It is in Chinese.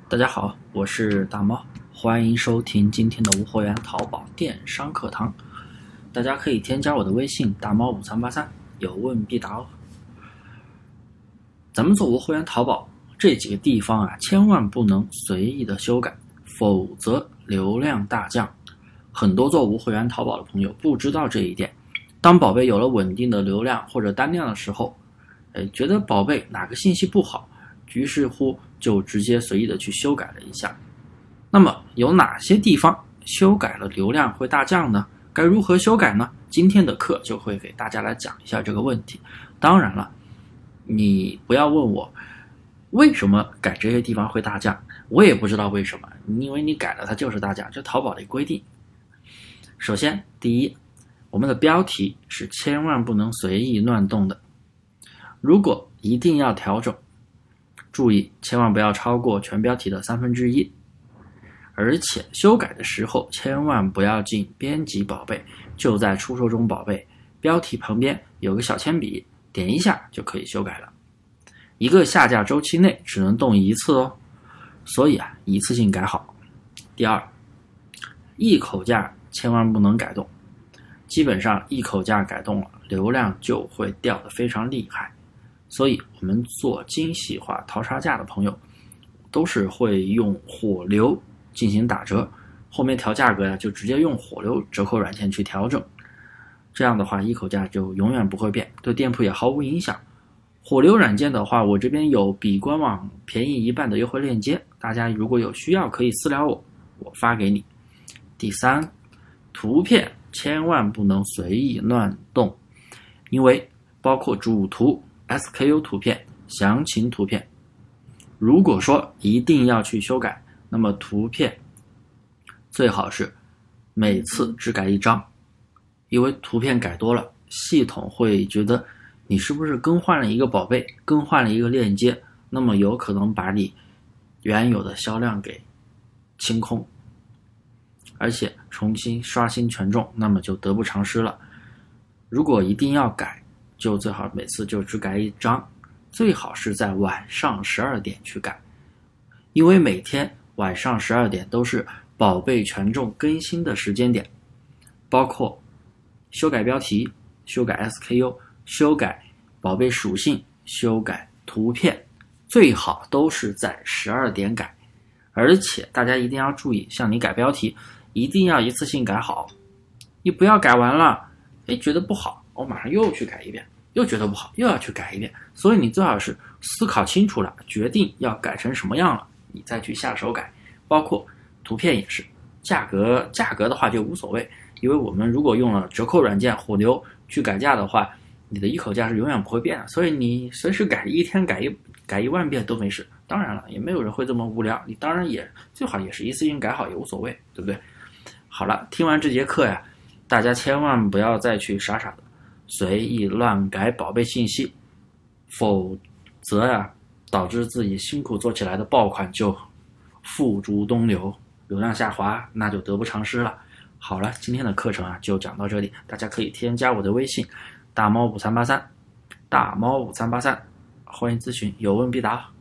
大家好，我是大猫，欢迎收听今天的无货源淘宝电商课堂。大家可以添加我的微信大猫5383，有问必答哦。咱们做无货源淘宝这几个地方啊，千万不能随意的修改，否则流量大降。很多做无货源淘宝的朋友不知道这一点，当宝贝有了稳定的流量或者单量的时候，觉得宝贝哪个信息不好，于是乎就直接随意的去修改了一下。那么有哪些地方修改了流量会大降呢？该如何修改呢？今天的课就会给大家来讲一下这个问题。当然了，你不要问我为什么改这些地方会大降，我也不知道为什么，因为你改了它就是大降，这淘宝的规定。首先，第一，我们的标题是千万不能随意乱动的，如果一定要调整，注意千万不要超过全标题的1/3，而且修改的时候千万不要进编辑宝贝，就在出售中宝贝标题旁边有个小铅笔，点一下就可以修改了。一个下架周期内只能动一次哦，所以一次性改好。第二，一口价千万不能改动，基本上一口价改动了，流量就会掉得非常厉害。所以我们做精细化淘差价的朋友都是会用火流进行打折，后面调价格呀就直接用火流折扣软件去调整，这样的话一口价就永远不会变，对店铺也毫无影响。火流软件的话，我这边有比官网便宜1半的优惠链接，大家如果有需要可以私聊我发给你。第三，图片千万不能随意乱动，因为包括主图、SKU 图片、详情图片，如果说一定要去修改，那么图片最好是每次只改一张，因为图片改多了，系统会觉得你是不是更换了一个宝贝，更换了一个链接，那么有可能把你原有的销量给清空，而且重新刷新权重，那么就得不偿失了。如果一定要改，就最好每次就只改一张，最好是在晚上12点去改，因为每天晚上12点都是宝贝权重更新的时间点，包括修改标题、修改 SKU、修改宝贝属性、修改图片，最好都是在12点改。而且大家一定要注意，像你改标题一定要一次性改好，你不要改完了觉得不好，我马上又去改一遍，又觉得不好，又要去改一遍。所以你最好是思考清楚了，决定要改成什么样了，你再去下手改。包括图片也是，价格的话就无所谓，因为我们如果用了折扣软件火流去改价的话，你的一口价是永远不会变的，所以你随时改，一天改1万遍都没事。当然了，也没有人会这么无聊，你当然也最好也是一次性改好也无所谓，对不对？好了，听完这节课呀，大家千万不要再去傻傻的随意乱改宝贝信息，否则导致自己辛苦做起来的爆款就付诸东流，流量下滑，那就得不偿失了。好了，今天的课程就讲到这里，大家可以添加我的微信大猫5383，大猫5383，欢迎咨询，有问必答。